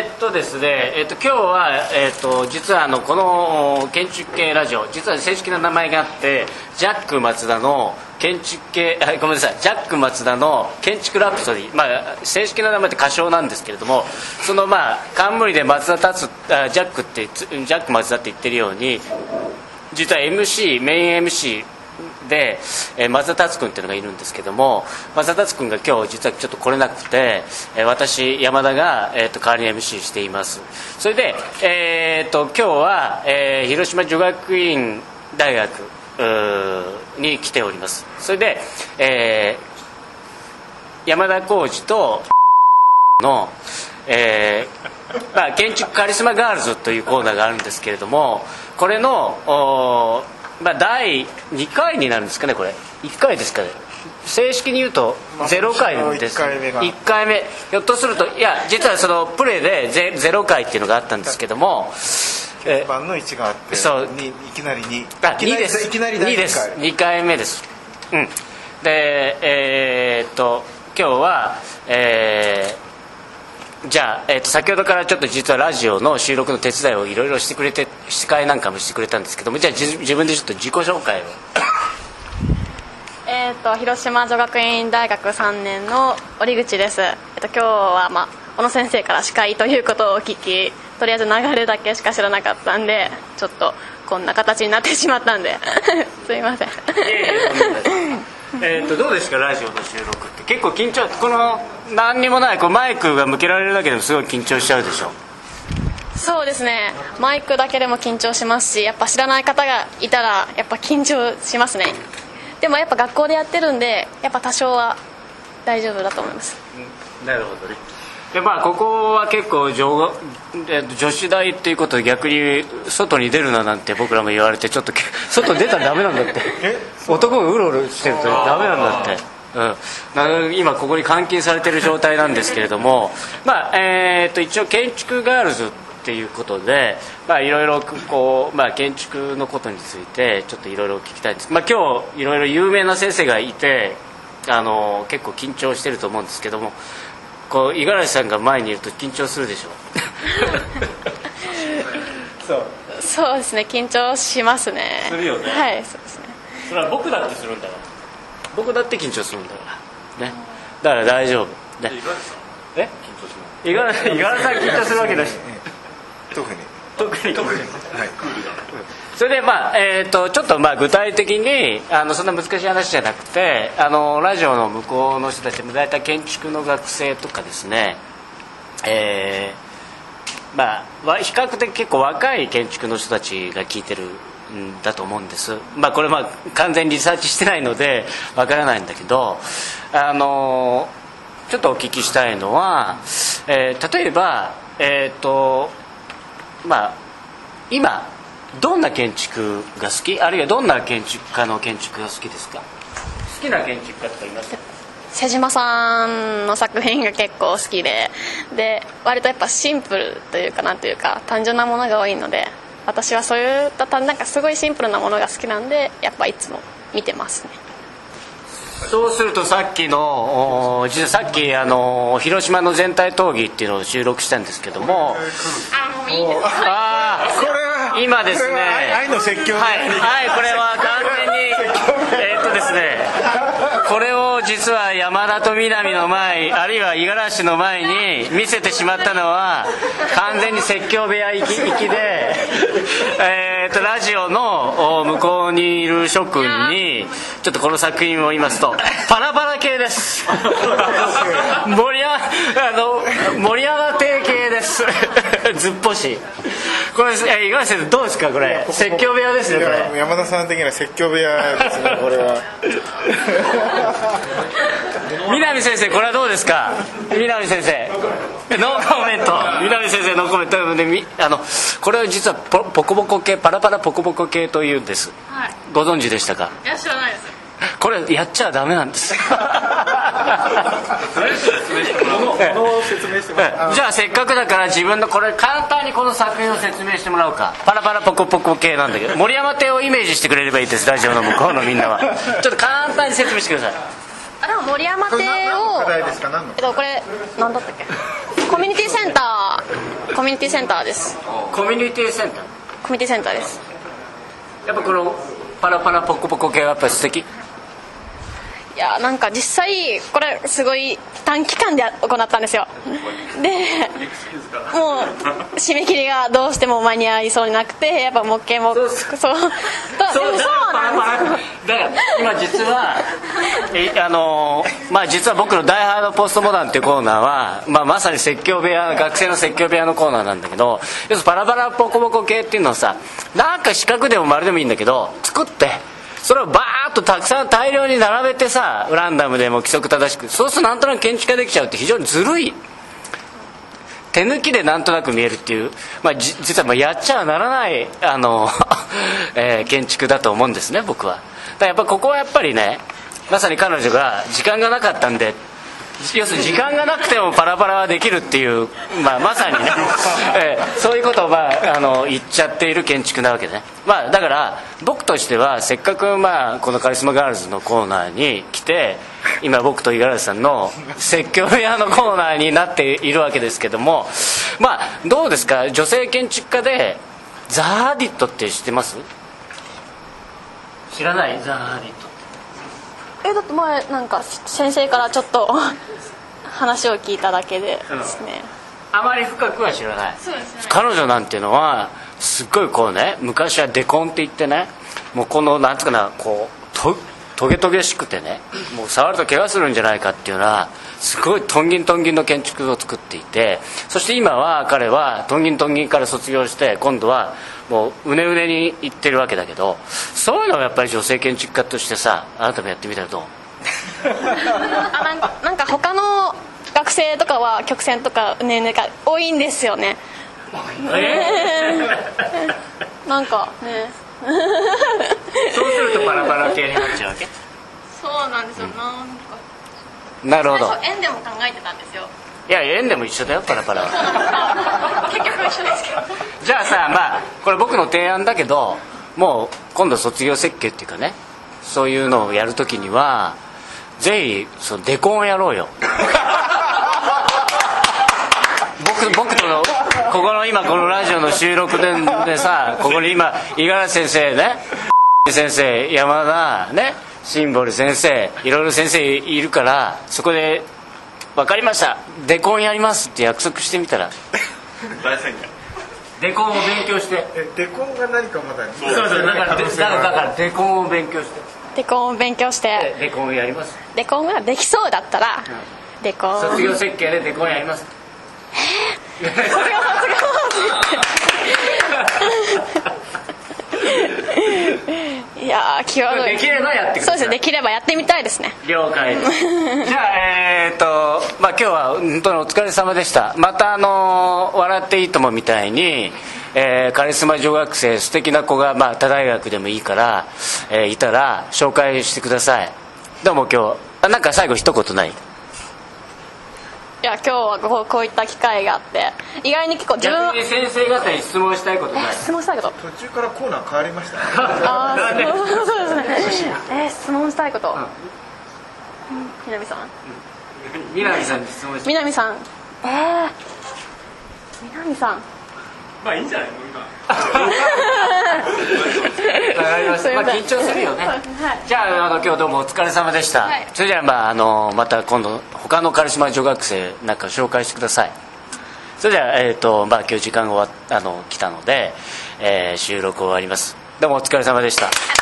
ですね、今日は、実はこの建築系ラジオ、実は正式な名前があって、ジャック松田の建築系、ごめんなさい、ジャック松田の建築ラプソディ、正式な名前って仮称なんですけれども、その冠で松田達ジャック松田って言ってるように、実はメイン MCで、松田達君っていうのがいるんですけども、松田達君が今日実はちょっと来れなくて、私山田が、代わりに MC しています。それで、今日は、広島女学院大学に来ております。それで、山田浩二との、建築カリスマガールズというコーナーがあるんですけれども、これの第2回になるんですかね。これ1回ですかね。正式に言うと0回です。1回目ひょっとすると、いや実はそのプレーで0回っていうのがあったんですけども、 鍵盤の1があって、そういきなり2 です。2です。2回目です。で今日は、じゃあ、先ほどからちょっと実はラジオの収録の手伝いをいろいろしてくれて、司会なんかもしてくれたんですけども、じゃあ自分でちょっと自己紹介を。 広島女学院大学3年の折口です。今日は、小野先生から司会ということを聞き、とりあえず流れだけしか知らなかったんで、ちょっとこんな形になってしまったんですいません。 どうですか、ラジオの収録って結構緊張、この何にもないマイクが向けられるだけでもすごい緊張しちゃうでしょ。 そうですね、マイクだけでも緊張しますし、やっぱ知らない方がいたらやっぱ緊張しますね。でもやっぱ学校でやってるんで、やっぱ多少は大丈夫だと思います。 なるほどね。でここは結構女子大っていうことで、逆に外に出るななんて僕らも言われて、ちょっと外出たらダメなんだって男がうろうろしてるとダメなんだって、今ここに監禁されてる状態なんですけれども、一応建築ガールズっていうことで、いろいろ建築のことについてちょっといろいろ聞きたいんです。今日いろいろ有名な先生がいて、結構緊張してると思うんですけども、五十嵐さんが前にいると緊張するでしょそうですね、緊張しますね。 するよね。 はい、そうですね。 それは僕だってするんだから、僕だって緊張するんだからね。だから大丈夫ね。五十嵐さん緊張するわけだし特にはい。それでちょっと具体的にそんな難しい話じゃなくて、ラジオの向こうの人たちも大体建築の学生とかですね、比較的結構若い建築の人たちが聞いてるんだと思うんです。これ完全にリサーチしてないのでわからないんだけど、ちょっとお聞きしたいのは、例えば今どんな建築が好き、あるいはどんな建築家の建築が好きですか。好きな建築家とかいますか。 瀬島さんの作品が結構好きで、割とやっぱシンプルというか、なんというか単純なものが多いので、私はそういったなんかすごいシンプルなものが好きなんで、やっぱいつも見てますね。 そうするとさっきの実はさっき広島の全体討議っていうのを収録したんですけども、今ですね、 愛の説教、 これは完全にですね、これを実は山田と南の前、あるいは五十嵐の前に見せてしまったのは完全に説教部屋行きで、ラジオの向こうにいる諸君にちょっとこの作品を言いますと、パラパラ系です森山亭系ですずっぽし。これ五十嵐先生どうですか。これ説教部屋ですね。これ山田さん的には説教部屋ですねこれは南先生、これはどうですか。南先生ノーコメント。南先生ノーコメントで、これは実はポコポコ系、パラパラポコポコ系というんです、ご存知でしたか。 いや、知らないです。 これやっちゃダメなんですじゃあせっかくだから自分のこれ簡単にこの作品を説明してもらおうか。パラパラポコポコ系なんだけど、森山邸をイメージしてくれればいいです。ラジオの向こうのみんなはちょっと簡単に説明してください。 でも森山邸をこれ何だったっけ、コミュニティセンタコミュニティセンターです。 コミュニティセンター。 コミュニティセンターです。 やっぱこのパラパラポコポコ系はやっぱり素敵。 いやなんか実際これすごい短期間で行ったんですよ。でもう締め切りがどうしても間に合いそうになくて、やっぱ模型もそうなんですで今実は実は僕のダイハードポストモダンっていうコーナーは、まさに説教部屋、学生の説教部屋のコーナーなんだけど、要するにパラパラポコポコ系っていうのはさ、なんか四角でも丸でもいいんだけど作って、それをバーッとたくさん大量に並べてさ、ランダムでも規則正しく、そうするとなんとなく建築ができちゃうって非常にずるい、手抜きでなんとなく見えるっていう、実はやっちゃならない建築だと思うんですね、僕は。だからやっぱここはやっぱりね、まさに彼女が時間がなかったんで、要するに時間がなくてもパラパラはできるっていう、まさにね、そういうことを言っちゃっている建築なわけね。だから僕としてはせっかくこのカリスマガールズのコーナーに来て、今僕と五十嵐さんの説教部屋のコーナーになっているわけですけども、どうですか、女性建築家でザハディットって知ってます？知らない？ザハディットだって前なんか先生からちょっと話を聞いただけでですね、 あまり深くは知らない。 そうですね。 彼女なんていうのはすっごいこうね、昔はデコンって言ってね、もうこのなんつうかな、こうトゲトゲしくてね、もう触ると怪我するんじゃないかっていうようなすごいトンギントンギンの建築を作っていて、そして今は彼はトンギントンギンから卒業して今度はもううねうねに行ってるわけだけど、そういうのはやっぱり女性建築家としてさ、あなたもやってみたらどう？ なんか他の学生とかは曲線とかうねうねが多いんですよね。なんかねそうするとパラパラ系になっちゃうわけ？ そうなんですよ、 なるほど。 最初円でも考えてたんですよ。 いや円でも一緒だよ、パラパラは。 結局一緒ですけど。 じゃあさ、これ僕の提案だけど、もう今度卒業設計っていうかね、そういうのをやるときにはぜひそのデコンをやろうよ。僕とのここの今このラジオの収録でさ、ここに今五十嵐先生ね、先生、山田ね、シンボル先生、いろいろ先生いるから、そこで分かりました、デコンやりますって約束してみたら。デコンを勉強して。 デコンが何かまだ。 そうだからデコンを勉強して。 デコンを勉強してデコンをやります。 デコンができそうだったら、デコン卒業設計でデコンやります。 いやー際どい。 できればやってください。 そうですね、できればやってみたいですね。 了解。じゃあ今日は本当にお疲れ様でした。また笑っていいともみたいに、カリスマ女学生素敵な子が他大学でもいいから、いたら紹介してください。どうも今日なんか最後一言ない？ いや今日はこういった機会があって、意外に結構自分は逆に先生方に質問したいことない？ 質問したいこと、 途中からコーナー変わりましたね。 そうですね。質問したいこと、南さん、 南さんに質問して。 南さん、南さん、 いいんじゃないの今。 わかりました。緊張するよね。じゃあ今日どうもお疲れ様でした。それじゃあまた今度他のカリスマ女学生なんか紹介してください。それじゃあ今日時間が来たので、収録終わります。どうもお疲れ様でした。